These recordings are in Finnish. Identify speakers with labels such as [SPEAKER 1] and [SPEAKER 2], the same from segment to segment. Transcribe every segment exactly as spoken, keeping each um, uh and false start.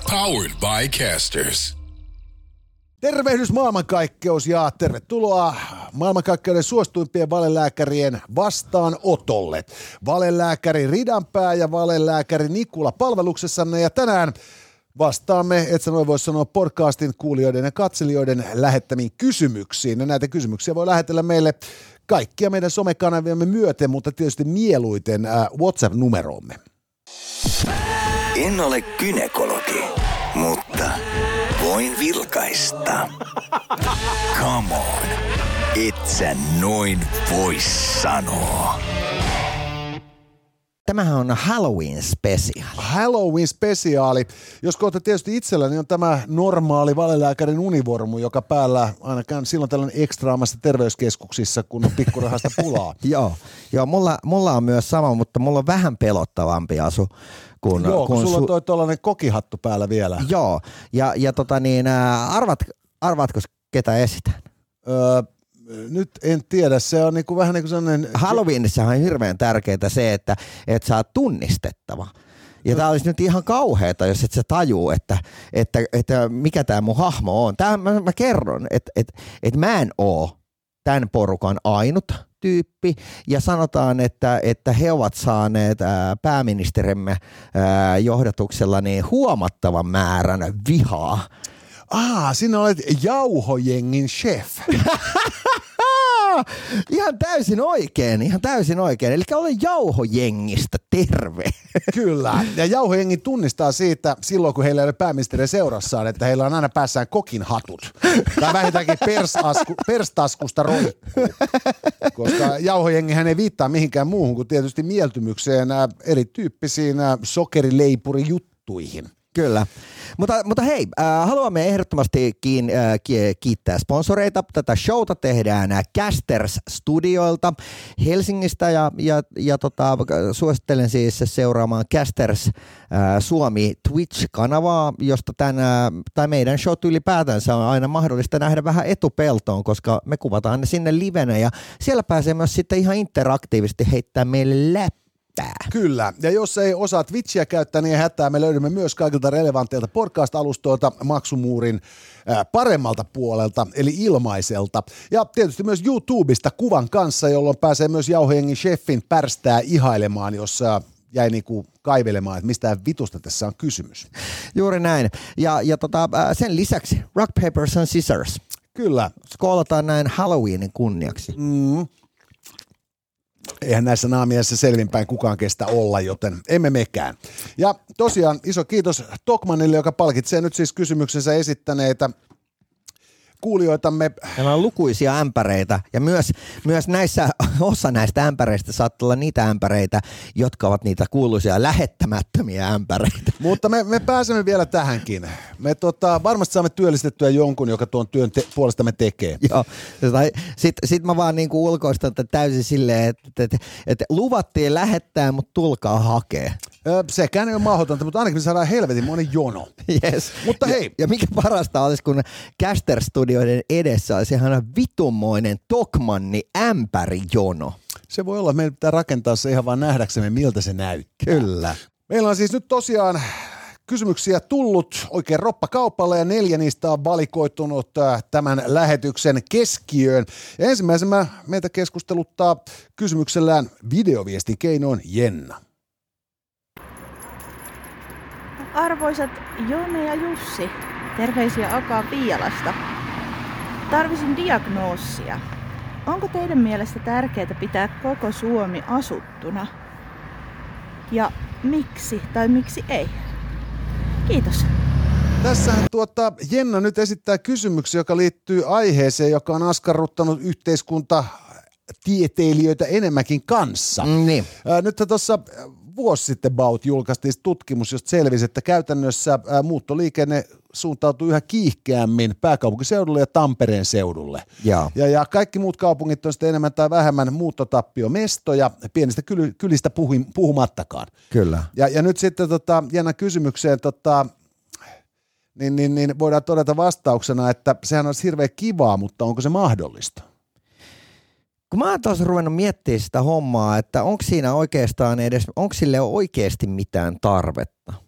[SPEAKER 1] Powered by Casters.
[SPEAKER 2] Tervehdys maailmankaikkeus ja tervetuloa maailmankaikkeuden suosituimpien valelääkärien vastaanotolle. Valelääkäri Ridanpää ja valelääkäri Nikula palveluksessanne ja tänään vastaamme, et sä noin voi sanoa, podcastin kuulijoiden ja katselijoiden lähettämiin kysymyksiin. Ja näitä kysymyksiä voi lähetellä meille kaikkia meidän somekanaviamme myöten, mutta tietysti mieluiten äh, WhatsApp-numeroomme.
[SPEAKER 3] En ole gynekologi, mutta voin vilkaista. Come on, et sä noin voi sanoa.
[SPEAKER 4] Tämähän on Halloween-spesiaali.
[SPEAKER 2] Halloween-spesiaali. Jos kohta tietysti itselläni on tämä normaali valelääkärin univormu, joka päällä ainakaan silloin tällainen ekstraamassa terveyskeskuksissa, kun on pikkurahasta pulaa.
[SPEAKER 4] Joo, joo mulla, mulla on myös sama, mutta mulla on vähän pelottavampi asu. Kun,
[SPEAKER 2] Joo, kun, kun sulla
[SPEAKER 4] su-
[SPEAKER 2] on toi tollainen kokihattu päällä vielä.
[SPEAKER 4] Joo, ja, ja tota niin, ää, arvat, arvatko ketä esitän?
[SPEAKER 2] Öö, nyt en tiedä, se on niinku vähän niin kuin sellainen...
[SPEAKER 4] Halloweenissahan on hirveän tärkeää se, että et sä oot tunnistettava. Ja tää olisi nyt ihan kauheeta, jos et sä tajuu, että, että, että mikä tää mun hahmo on. Tää mä, mä kerron, että et, et mä en oo tämän porukan ainut tyyppi, ja sanotaan, että, että he ovat saaneet ää, pääministerimme ää, johdatuksella niin huomattavan määrän vihaa.
[SPEAKER 2] Ah, sinä olet jauhojengin chef.
[SPEAKER 4] Ihan täysin oikein, ihan täysin oikein. Eli olen jauhojengistä, terve.
[SPEAKER 2] Kyllä, ja jauhojengi tunnistaa siitä silloin, kun heillä ei ole pääministeri seurassaan, että heillä on aina päässään kokin hatut. Tai vähintäänkin persasku, perstaskusta roikkuu. Koska jauhojengihän ei viittaa mihinkään muuhun kuin tietysti mieltymykseen erityyppisiin sokerileipurijuttuihin.
[SPEAKER 4] Kyllä. Mutta, mutta hei, äh, haluamme ehdottomasti kiin, äh, kiittää sponsoreita. Tätä showta tehdään äh, Casters Studioilta Helsingistä ja, ja, ja tota, suosittelen siis seuraamaan Casters äh, Suomi Twitch-kanavaa, josta tämän, äh, tai meidän showt ylipäätänsä on aina mahdollista nähdä vähän etupeltoon, koska me kuvataan ne sinne livenä ja siellä pääsee myös sitten ihan interaktiivisesti heittää meille läpi.
[SPEAKER 2] Kyllä, ja jos ei osaa Twitchiä käyttää, niin hätää me löydämme myös kaikilta relevanteilta podcast-alustoilta maksumuurin ää, paremmalta puolelta, eli ilmaiselta. Ja tietysti myös YouTubesta kuvan kanssa, jolloin pääsee myös jauhojengin chefin pärstää ihailemaan, jos ää, jäi niinku kaivelemaan, että mistä vitusta tässä on kysymys.
[SPEAKER 4] Juuri näin. Ja, ja tota, sen lisäksi Rock, Papers and Scissors.
[SPEAKER 2] Kyllä.
[SPEAKER 4] Skoolataan näin Halloweenin kunniaksi.
[SPEAKER 2] Mm. Eihän näissä naamiaissa selvinpäin kukaan kestä olla, joten emme mekään. Ja tosiaan iso kiitos Tokmanille, joka palkitsee nyt siis kysymyksensä esittäneitä kuulijoitamme.
[SPEAKER 4] Meillä on lukuisia ämpäreitä ja myös, myös näissä, osa näistä ämpäreistä saattaa olla niitä ämpäreitä, jotka ovat niitä kuuluisia lähettämättömiä ämpäreitä.
[SPEAKER 2] Mutta me, me pääsemme vielä tähänkin. Me tota, varmasti saamme työllistettyä jonkun, joka tuon työn te- puolestamme tekee.
[SPEAKER 4] Joo, sitten sit mä vaan niinku ulkoistan täysin silleen, että et, et luvattiin lähettää, mutta tulkaa hakee.
[SPEAKER 2] Öö, sekään ei ole mahdotonta, mutta ainakin me saadaan helvetin monen jono.
[SPEAKER 4] Yes.
[SPEAKER 2] Mutta hei.
[SPEAKER 4] Ja, ja mikä parasta olisi, kun Caster-studioiden edessä olisi ihan vitummoinen Tokmanni ämpärijono.
[SPEAKER 2] Se voi olla, että meidän pitää rakentaa se ihan vaan nähdäksemme, miltä se näyttää.
[SPEAKER 4] Kyllä.
[SPEAKER 2] Meillä on siis nyt tosiaan kysymyksiä tullut oikein roppakaupalla ja neljä niistä on valikoitunut tämän lähetyksen keskiöön. Ja ensimmäisenä meitä keskusteluttaa kysymyksellään videoviestin keinoin Jenna.
[SPEAKER 5] Arvoisat Jone ja Jussi, terveisiä Akaa Piialasta. Tarvisin diagnoosia. Onko teidän mielestä tärkeää pitää koko Suomi asuttuna? Ja miksi tai miksi ei? Kiitos.
[SPEAKER 2] Tässähän tuota, Jenna nyt esittää kysymyksiä, joka liittyy aiheeseen, joka on askarruttanut yhteiskuntatieteilijöitä enemmänkin kanssa.
[SPEAKER 4] Mm, niin.
[SPEAKER 2] Nyt tuossa vuosi sitten Baut julkaistiin tutkimus, josta selvisi, että käytännössä muuttoliikenne suuntautuu yhä kiihkeämmin pääkaupunkiseudulle ja Tampereen seudulle.
[SPEAKER 4] Ja,
[SPEAKER 2] ja, ja kaikki muut kaupungit on sitten enemmän tai vähemmän muuttotappiomiestoja, pienistä kyl, kylistä puhu, puhumattakaan.
[SPEAKER 4] Kyllä.
[SPEAKER 2] Ja, ja nyt sitten tota, Jenna kysymykseen, tota, niin, niin, niin voidaan todeta vastauksena, että sehän olisi hirveän kivaa, mutta onko se mahdollista?
[SPEAKER 4] Kun mä oon taas ruvennut miettimään sitä hommaa, että onko siinä oikeastaan edes, onko sille oikeasti mitään tarvetta?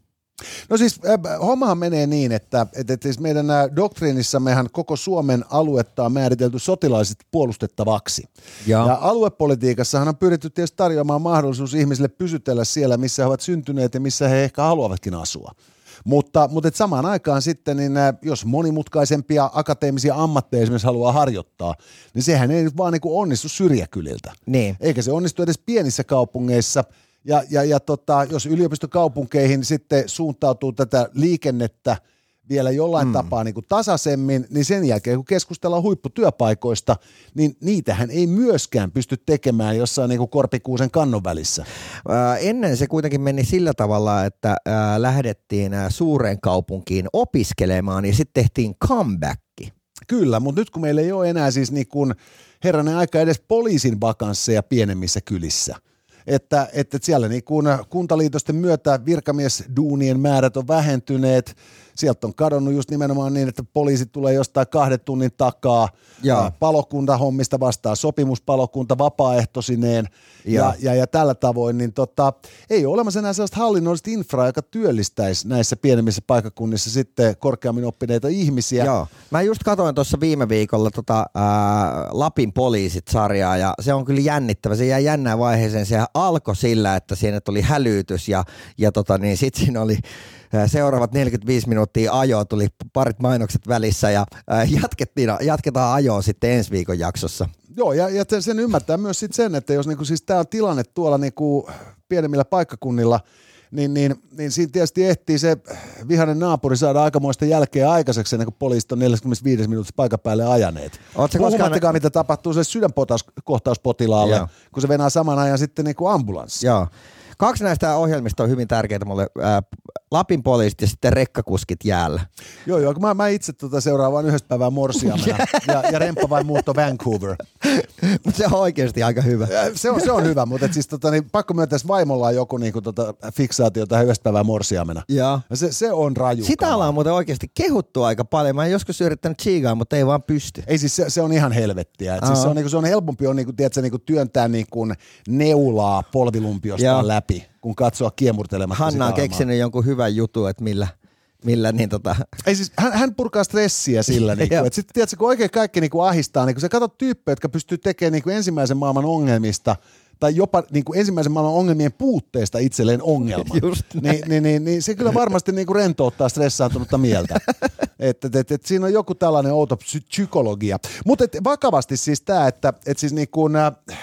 [SPEAKER 2] No siis äh, hommahan menee niin, että, että, että siis meidän äh, doktriinissammehan koko Suomen aluetta on määritelty sotilaisesti puolustettavaksi. Ja, ja aluepolitiikassahan on pyritty tietysti tarjoamaan mahdollisuus ihmisille pysytellä siellä, missä he ovat syntyneet ja missä he ehkä haluavatkin asua. Mutta, mutta et samaan aikaan sitten, niin jos monimutkaisempia akateemisia ammatteja esimerkiksi haluaa harjoittaa, niin sehän ei nyt vaan niin kuin onnistu syrjäkyliltä.
[SPEAKER 4] Niin.
[SPEAKER 2] Eikä se onnistu edes pienissä kaupungeissa. Ja, ja, ja tota, jos yliopistokaupunkeihin sitten suuntautuu tätä liikennettä vielä jollain mm. tapaa niin kuin tasaisemmin, niin sen jälkeen kun keskustellaan huipputyöpaikoista, niin niitähän ei myöskään pysty tekemään jossain niin kuin korpikuusen kannon välissä.
[SPEAKER 4] Ää, ennen se kuitenkin meni sillä tavalla, että ää, lähdettiin ää, suureen kaupunkiin opiskelemaan ja sitten tehtiin comeback.
[SPEAKER 2] Kyllä, mutta nyt kun meillä ei ole enää siis niin kuin herranen aika edes poliisin vakansseja pienemmissä kylissä, että, että siellä niin kuin kuntaliitosten myötä virkamiesduunien määrät on vähentyneet. Sieltä on kadonnut just nimenomaan niin, että poliisi tulee jostain kahden tunnin takaa. Ja palokuntahommista vastaa sopimuspalokunta vapaaehtoisineen ja, ja, ja tällä tavoin. Niin tota, ei ole olemassa enää sellaista hallinnollista infraa, joka työllistäisi näissä pienemmissä paikkakunnissa sitten korkeammin oppineita ihmisiä.
[SPEAKER 4] Joo. Mä just katsoin tuossa viime viikolla tota, ää, Lapin poliisit-sarjaa ja se on kyllä jännittävä. Se jäi jännään vaiheeseen. Se alkoi sillä, että siinä tuli hälytys ja, ja tota, niin sitten siinä oli seuraavat neljäkymmentäviisi minuuttia ajoa, tuli parit mainokset välissä ja jatkettiin, jatketaan ajoa sitten ensi viikon jaksossa.
[SPEAKER 2] Joo, ja, ja sen ymmärtää myös sit sen, että jos niinku, siis tämä on tilanne tuolla niinku pienemmillä paikkakunnilla, niin, niin, niin siinä tietysti ehtii se vihainen naapuri saada aikamoista jälkeä aikaiseksi ennen kuin poliisit on neljäkymmentäviisi minuutissa paikan päälle ajaneet. Puhumattakaan, koskaan... mitä tapahtuu se sydänkohtauspotilaalle, Joo. kun se venää saman ajan sitten niinku ambulanssi.
[SPEAKER 4] Joo. Kaksi näistä ohjelmista on hyvin tärkeitä mulle, ää, Lapin poliisit ja sitten rekkakuskit jäällä.
[SPEAKER 2] Joo, joo, mä, mä itse tota seuraan vain yhdessä päivää morsiamena ja, ja Remppa vai muutto Vancouver.
[SPEAKER 4] Mutta se on oikeasti aika hyvä.
[SPEAKER 2] Se on, se on hyvä, mutta siis, tota, niin, pakko myöntää, että vaimolla on joku niin kuin, tota, fiksaatio tähän yhdessä päivää morsiamena. Ja. Se, se on raju.
[SPEAKER 4] Sitä ollaan muuten oikeasti kehuttu aika paljon. Mä oon joskus yrittänyt chiigaa, mutta ei vaan pysty.
[SPEAKER 2] Ei siis, se, se on ihan helvettiä. Siis se, on, niin kuin, se on helpompi on, niin kuin, tiedätkö, niin kuin, työntää niin kuin, neulaa polvilumpiosta läpi, kun katsoa kiemurtelematta.
[SPEAKER 4] Hanna on keksinyt jonkun hyvän jutun, että millä, millä niin tota...
[SPEAKER 2] Ei siis, hän, hän purkaa stressiä sillä, niin kuin, että sitten tiedätkö, kun oikein kaikki niin kuin ahistaa, niin kun sä katsot tyyppejä, jotka pystyy tekemään niin kuin ensimmäisen maailman ongelmista, tai jopa niin kuin ensimmäisen maailman ongelmien puutteesta itselleen ongelman, niin, niin, niin, niin se kyllä varmasti niin kuin rentouttaa stressaantunutta mieltä. Että et, et, et siinä on joku tällainen outo psykologia. Mutta vakavasti siis tämä, että et siis niin kuin...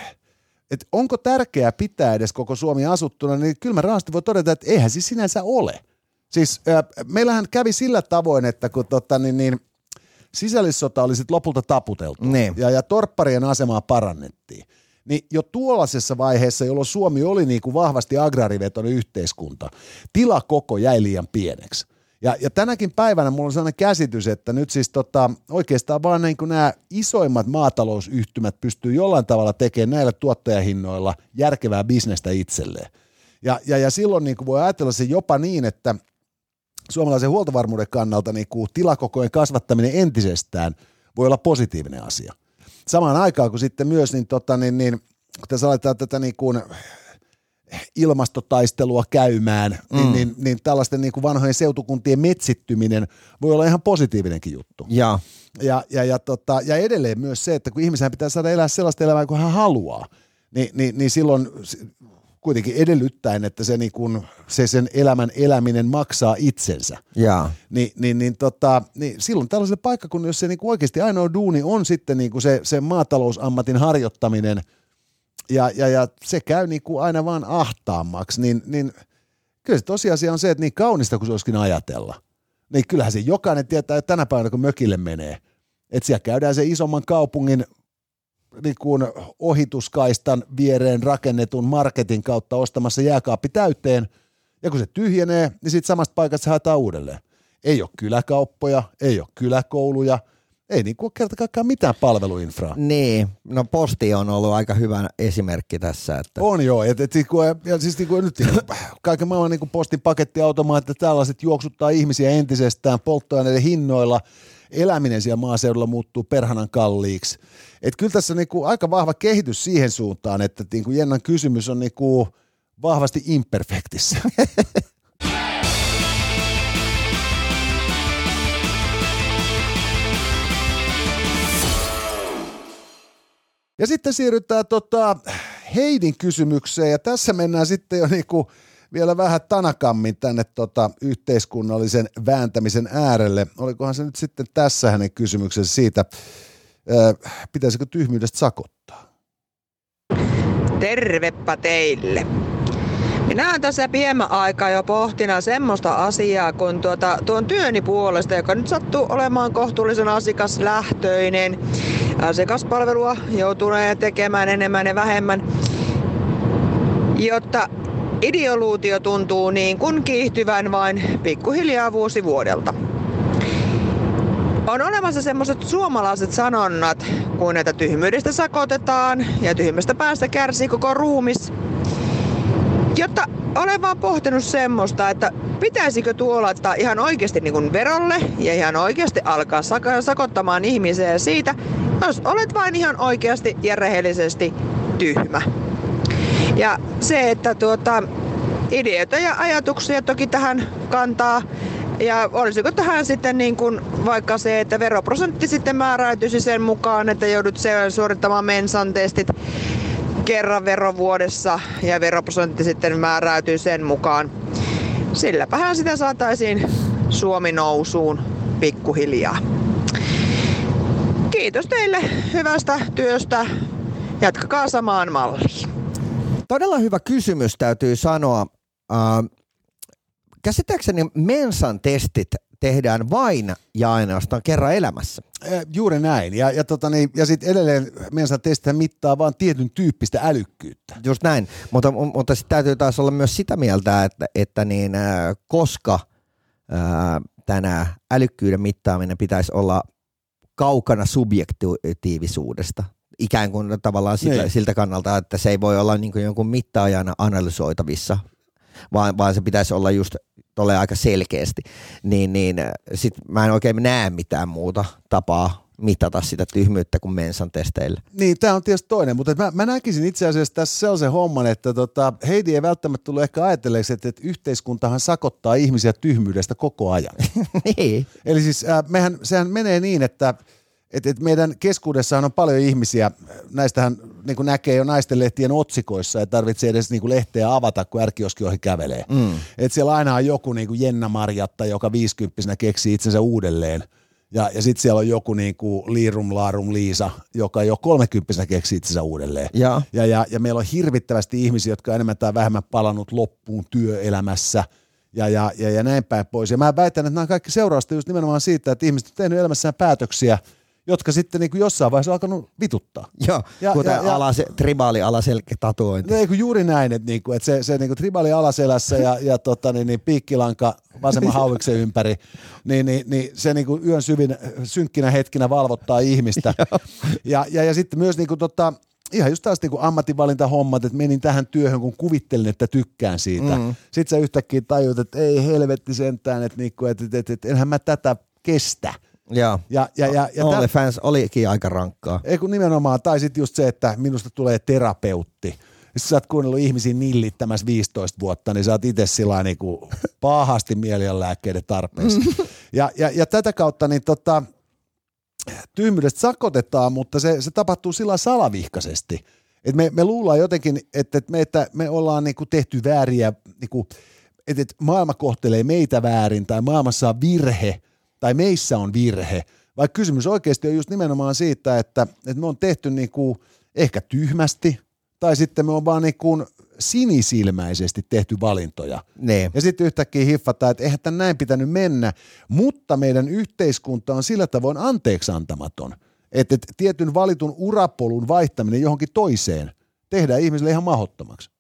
[SPEAKER 2] että onko tärkeää pitää edes koko Suomi asuttuna, niin kyllä mä raasti voi todeta, että eihän siis sinänsä ole. Siis äh, meillähän kävi sillä tavoin, että kun tota, niin, niin, sisällissota oli sit lopulta taputeltu
[SPEAKER 4] niin.
[SPEAKER 2] ja, ja torpparien asemaa parannettiin, niin jo tuollaisessa vaiheessa, jolloin Suomi oli niin kuin vahvasti agraarivetoinen yhteiskunta, tilakoko jäi liian pieneksi. Ja, ja tänäkin päivänä mulla on sellainen käsitys, että nyt siis tota, oikeastaan vaan niin kuin nämä isoimmat maatalousyhtymät pystyy jollain tavalla tekemään näillä tuottajahinnoilla järkevää bisnestä itselleen. Ja, ja, ja silloin niin kuin voi ajatella se jopa niin, että suomalaisen huoltovarmuuden kannalta niin kuin tilakokojen kasvattaminen entisestään voi olla positiivinen asia. Samaan aikaan kun sitten myös, niin, tota, niin, niin, kun tässä aletaan tätä niin kuin ilmastotaistelua käymään, mm. niin, niin, niin tällaisten niin kuin vanhojen seutukuntien metsittyminen voi olla ihan positiivinenkin juttu.
[SPEAKER 4] Ja,
[SPEAKER 2] ja, ja, ja, tota, ja edelleen myös se, että kun ihmisen pitää saada elää sellaista elämää kuin hän haluaa, niin, niin, niin silloin kuitenkin edellyttäen, että se, niin kuin, se sen elämän eläminen maksaa itsensä,
[SPEAKER 4] ja.
[SPEAKER 2] Niin, niin, niin, tota, niin silloin tällaiselle paikkakunnalle, jos se niin kuin oikeasti ainoa duuni on sitten niin kuin se, se maatalousammatin harjoittaminen, Ja, ja, ja se käy niin kuin aina vaan ahtaammaksi, niin, niin kyllä se tosiasia on se, että niin kaunista kuin se olisikin ajatella, niin kyllähän se jokainen tietää, että tänä päivänä kun mökille menee, että siellä käydään se isomman kaupungin niin kuin ohituskaistan viereen rakennetun marketin kautta ostamassa jääkaappi täyteen, ja kun se tyhjenee, niin siitä samasta paikasta se haetaan uudelleen. Ei ole kyläkauppoja, ei ole kyläkouluja, ei niin kuin kerta kaikkiaan mitään palveluinfraa.
[SPEAKER 4] Niin, no posti on ollut aika hyvä esimerkki tässä. Että...
[SPEAKER 2] On joo, et, et, ja siis niin kuin nyt kaiken maailman niin kuin postin pakettiautomaatit, tällaiset juoksuttaa ihmisiä entisestään polttoaineiden hinnoilla, eläminen siellä maaseudulla muuttuu perhanan kalliiksi. Et kyllä tässä on niin kuin aika vahva kehitys siihen suuntaan, että niin kuin Jennan kysymys on niin kuin vahvasti imperfektissä. Ja sitten siirrytään tota Heidin kysymykseen, ja tässä mennään sitten jo niinku vielä vähän tanakammin tänne tota yhteiskunnallisen vääntämisen äärelle. Olikohan se nyt sitten tässä hänen kysymyksensä siitä, ää, pitäisikö tyhmyydestä sakottaa?
[SPEAKER 6] Tervepä teille. Minä olen tässä piemmän aikaa jo pohtina semmoista asiaa, kun tuota, tuon työni puolesta, joka nyt sattuu olemaan kohtuullisen asiakaslähtöinen. Asiakaspalvelua joutuneen tekemään enemmän ja vähemmän, jotta ideoluutio tuntuu niin kuin kiihtyvän vain pikkuhiljaa vuosi vuodelta. On olemassa semmoiset suomalaiset sanonnat, kun näitä tyhmyydestä sakotetaan ja tyhmästä päästä kärsii koko ruumis. Jotta olen vaan pohtinut semmoista, että pitäisikö tuo laittaa ihan oikeasti niin kuin verolle ja ihan oikeasti alkaa sakottamaan ihmisiä siitä, jos olet vain ihan oikeasti ja rehellisesti tyhmä. Ja se, että tuota, ideoita ja ajatuksia toki tähän kantaa. Ja olisiko tähän sitten niin kuin vaikka se, että veroprosentti sitten määräytyisi sen mukaan, että joudut suorittamaan mensan testit kerran verovuodessa ja veroprosentti sitten määräytyy sen mukaan. Silläpähän sitä saataisiin Suomi nousuun pikkuhiljaa. Kiitos teille hyvästä työstä. Jatkakaa samaan malliin.
[SPEAKER 4] Todella hyvä kysymys täytyy sanoa. Äh, käsittääkseni mensan testit tehdään vain ja ainoastaan kerran elämässä.
[SPEAKER 2] Juuri näin. Ja, ja, tota niin, ja sitten edelleen mensan testit mittaa vaan tietyn tyyppistä älykkyyttä.
[SPEAKER 4] Just näin, mutta, mutta sitten täytyy taas olla myös sitä mieltä, että, että niin, äh, koska äh, tänä älykkyyden mittaaminen pitäisi olla kaukana subjektiivisuudesta. Ikään kuin tavallaan siltä, siltä kannalta, että se ei voi olla niin kuin jonkun mittaajana analysoitavissa, vaan, vaan se pitäisi olla just tolle aika selkeästi. Niin, niin sit mä en oikein näe mitään muuta tapaa mitata sitä tyhmyyttä kuin mensan testeillä.
[SPEAKER 2] Niin, tämä on tietysti toinen, mutta mä, mä näkisin itse asiassa tässä sellaisen homman, että tota, Heidi ei välttämättä tullut ehkä ajatelleeksi, että, että yhteiskuntahan sakottaa ihmisiä tyhmyydestä koko ajan.
[SPEAKER 4] Niin.
[SPEAKER 2] Eli siis äh, mehän, sehän menee niin, että Et, et meidän keskuudessahan on paljon ihmisiä, näistähän niin kuin näkee jo naistenlehtien otsikoissa, ei tarvitse edes niin kuin lehteä avata, kun ärkioski ohi kävelee. Mm. Et siellä aina on joku niin kuin Jenna Marjatta, joka viisikymppisenä keksii itsensä uudelleen. Ja, ja sitten siellä on joku niin kuin Liirum Laarum Liisa, joka jo kolmekymppisenä keksii itsensä uudelleen. Ja. Ja, ja, ja meillä on hirvittävästi ihmisiä, jotka on enemmän tai vähemmän palannut loppuun työelämässä. Ja, ja, ja, ja näin päin pois. Ja mä väitän, että nämä on kaikki seurausta just nimenomaan siitä, että ihmiset on tehnyt elämässään päätöksiä, jotka sitten niin kuin jossain vaiheessa on alkanut vituttaa.
[SPEAKER 4] Joo, ja, kuten ja, alase, tribaali alaselkä-tatuointi.
[SPEAKER 2] Niin kuin juuri näin, että, niin kuin, että se, se niin kuin tribaali alaselässä ja, ja tota, niin, niin piikkilanka vasemman hauiksen ympäri, niin, niin, niin se niin kuin yön syvin, synkkinä hetkinä valvottaa ihmistä. ja, ja, ja sitten myös niin kuin, tota, ihan just taas niin kuin ammatinvalintahommat, että menin tähän työhön, kun kuvittelin, että tykkään siitä. Mm. Sitten sä yhtäkkiä tajut, että ei helvetti sentään, että, niin kuin, että, että, että, että enhän mä tätä kestä.
[SPEAKER 4] Joo, ja, ja, ja, ja OnlyFans olikin aika rankkaa.
[SPEAKER 2] Ei kun nimenomaan, tai sitten just se, että minusta tulee terapeutti. Jos sä oot kuunnellut ihmisiä nillittämässä viisitoista vuotta, niin sä oot itse sillä niinku pahasti mielialalääkkeiden tarpeessa. ja, ja, ja tätä kautta niin tota, tyhmyydestä sakotetaan, mutta se, se tapahtuu sillä salavihkaisesti. Et me, me luullaan jotenkin, että, että, me, että me ollaan niinku tehty vääriä, niinku, että, että maailma kohtelee meitä väärin tai maailmassa on virhe, tai meissä on virhe, vaikka kysymys oikeasti on just nimenomaan siitä, että, että me on tehty niinku ehkä tyhmästi, tai sitten me on vaan niinku sinisilmäisesti tehty valintoja.
[SPEAKER 4] Ne.
[SPEAKER 2] Ja sitten yhtäkkiä hiffataan, että eihän tämän näin pitänyt mennä, mutta meidän yhteiskunta on sillä tavoin anteeksiantamaton, että, että tietyn valitun urapolun vaihtaminen johonkin toiseen tehdään ihmisille ihan mahdottomaksi.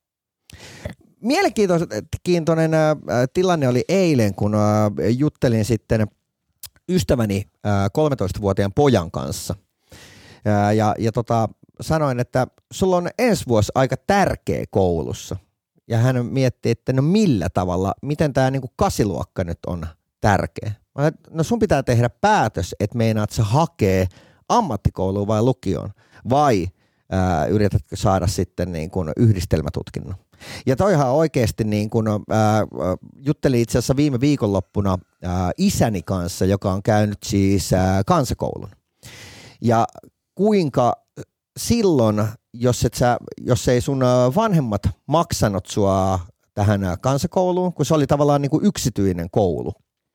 [SPEAKER 4] Mielenkiintoinen äh, tilanne oli eilen, kun äh, juttelin sitten ystäväni äh, kolmetoistavuotiaan pojan kanssa äh, ja, ja tota, sanoin, että sulla on ensi vuosi aika tärkeä koulussa. Ja hän mietti, että no millä tavalla, miten tämä niinku kasiluokka nyt on tärkeä. Mä, no sun pitää tehdä päätös, että meinaat sä hakee ammattikouluun vai lukioon vai ää, yritätkö saada sitten niin kuin yhdistelmätutkinnon. Ja toihan oikeasti niin kuin, ää, juttelin itse asiassa viime viikonloppuna ää, isäni kanssa, joka on käynyt siis ää, kansakoulun. Ja kuinka silloin, jos, et sä, jos ei sun vanhemmat maksanut sua tähän kansakouluun, kun se oli tavallaan niin kuin yksityinen koulu,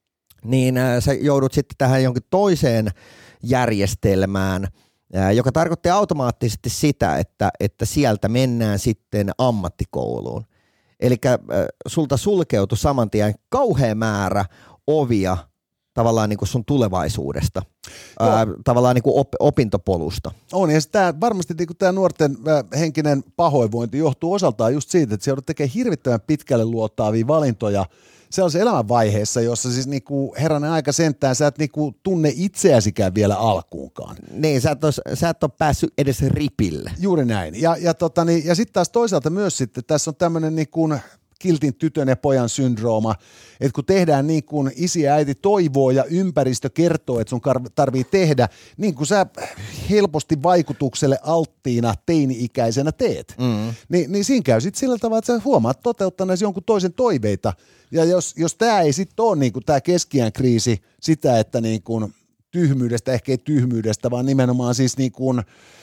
[SPEAKER 4] niin sä joudut sitten tähän jonkin toiseen järjestelmään, joka tarkoitti automaattisesti sitä, että, että sieltä mennään sitten ammattikouluun. Eli sulta sulkeutui saman tien kauhea määrä ovia tavallaan niin kuin sun tulevaisuudesta, ää, tavallaan niin kuin op, opintopolusta.
[SPEAKER 2] On, ja tämä varmasti niin kuin tämä nuorten ää, henkinen pahoinvointi johtuu osaltaan just siitä, että se joudut tekemään hirvittävän pitkälle luottaavia valintoja sellaisessa elämänvaiheessa, jossa siis niinku herranen aika sentään sä et niinku tunne itseäsikään vielä alkuunkaan.
[SPEAKER 4] Niin, sä et, ois, sä et ole päässyt edes ripille.
[SPEAKER 2] Juuri näin. Ja, ja, tota, niin, ja sitten taas toisaalta myös sitten, tässä on tämmöinen niinku kiltin tytön ja pojan syndrooma, että kun tehdään niin kuin isi ja äiti toivoo ja ympäristö kertoo, että sun tarvii tehdä, niin kuin sä helposti vaikutukselle alttiina teini-ikäisenä teet, mm. niin, niin siinä käy sitten sillä tavalla, että sä huomaat toteuttaneesi jonkun toisen toiveita. Ja jos, jos tämä ei sitten ole niin kuin tämä keskiään kriisi sitä, että niin kuin tyhmyydestä, ehkä ei tyhmyydestä, vaan nimenomaan siis niin kuin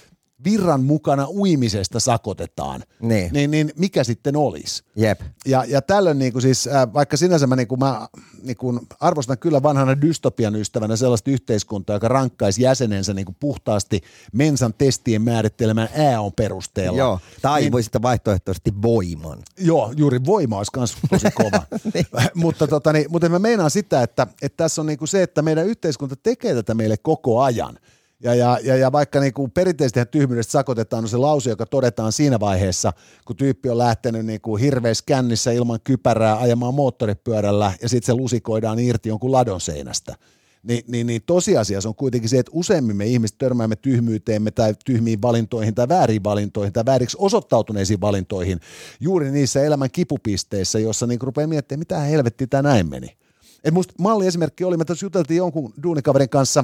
[SPEAKER 2] virran mukana uimisesta sakotetaan,
[SPEAKER 4] niin,
[SPEAKER 2] niin, niin mikä sitten olisi?
[SPEAKER 4] Jep.
[SPEAKER 2] Ja, ja tällöin niin kuin siis, äh, vaikka sinänsä mä, niin kuin mä niin kuin arvostan kyllä vanhana dystopian ystävänä sellaista yhteiskuntaa, joka rankkaisi jäsenensä niin kuin puhtaasti mensan testien määrittelemään ääon perusteella.
[SPEAKER 4] Joo, tai
[SPEAKER 2] niin,
[SPEAKER 4] voi sitten vaihtoehtoisesti voiman.
[SPEAKER 2] Joo, juuri voima olisi myös tosi kova. niin. mutta, tota, niin, mutta mä meinaan sitä, että, että tässä on niin kuin se, että meidän yhteiskunta tekee tätä meille koko ajan. Ja, ja, ja, ja vaikka niinku perinteisesti tyhmyydestä sakotetaan, on se lause, joka todetaan siinä vaiheessa, kun tyyppi on lähtenyt niinku hirveässä kännissä ilman kypärää ajamaan moottoripyörällä ja sitten se lusikoidaan irti jonkun ladon seinästä. Ni, niin, niin tosiasiassa on kuitenkin se, että useimmin me ihmiset törmäämme tyhmyyteemme tai tyhmiin valintoihin tai väärin valintoihin tai vääriksi osoittautuneisiin valintoihin juuri niissä elämän kipupisteissä, jossa niinku rupeaa miettimään, mitä helvettiä tämä näin meni. Et musta malliesimerkki oli, me tuossa juteltiin jonkun duunikaverin kanssa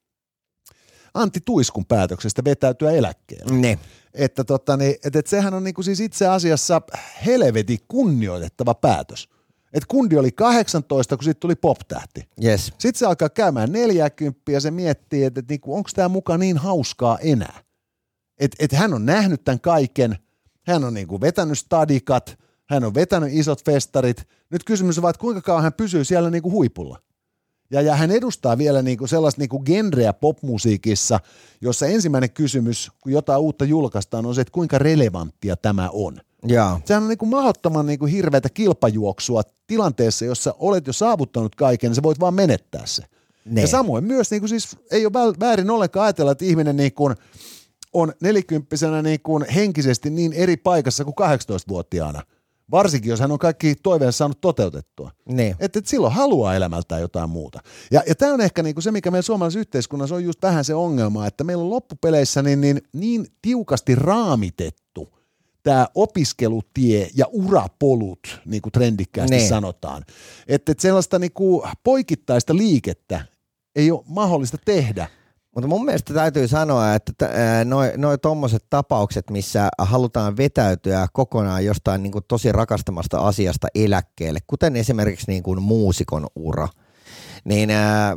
[SPEAKER 2] Antti Tuiskun päätöksestä vetäytyä eläkkeelle.
[SPEAKER 4] Ne.
[SPEAKER 2] Että tota, niin, et, et sehän on niinku siis itse asiassa helvetin kunnioitettava päätös. Et kundi oli kahdeksantoista, kun siitä tuli pop-tähti.
[SPEAKER 4] Yes.
[SPEAKER 2] Sitten se alkaa käymään neljäkymmentä ja se miettii, että et, niinku, onko tämä muka niin hauskaa enää. Että et hän on nähnyt tämän kaiken, hän on niinku vetänyt stadikat, hän on vetänyt isot festarit. Nyt kysymys on vaan, että kuinka kauan hän pysyy siellä niinku huipulla. Ja, ja hän edustaa vielä niinku sellaista niinku genreä popmusiikissa, jossa ensimmäinen kysymys, kun jotain uutta julkaistaan, on se, että kuinka relevanttia tämä on.
[SPEAKER 4] Jaa.
[SPEAKER 2] Sehän on niinku mahdottoman niinku hirveätä kilpajuoksua tilanteessa, jossa olet jo saavuttanut kaiken, niin sä voit vaan menettää se. Ne. Ja samoin myös niinku siis ei ole väärin ollenkaan ajatella, että ihminen niinku on nelikymppisenä niinku henkisesti niin eri paikassa kuin kahdeksantoistavuotiaana. Varsinkin, jos hän on kaikki toiveensa saanut toteutettua.
[SPEAKER 4] Niin.
[SPEAKER 2] Että et silloin haluaa elämältään jotain muuta. Ja, ja tämä on ehkä niinku se, mikä meidän suomalaisessa yhteiskunnassa on just vähän se ongelma, että meillä on loppupeleissä niin, niin, niin tiukasti raamitettu tämä opiskelutie ja urapolut, niin kuin trendikkäästi niin sanotaan. Että et sellaista niinku poikittaista liikettä ei ole mahdollista tehdä.
[SPEAKER 4] Mutta mun mielestä täytyy sanoa, että noi, noi tommoset tapaukset, missä halutaan vetäytyä kokonaan jostain niin kuin tosi rakastamasta asiasta eläkkeelle, kuten esimerkiksi niin kuin muusikon ura, niin ää,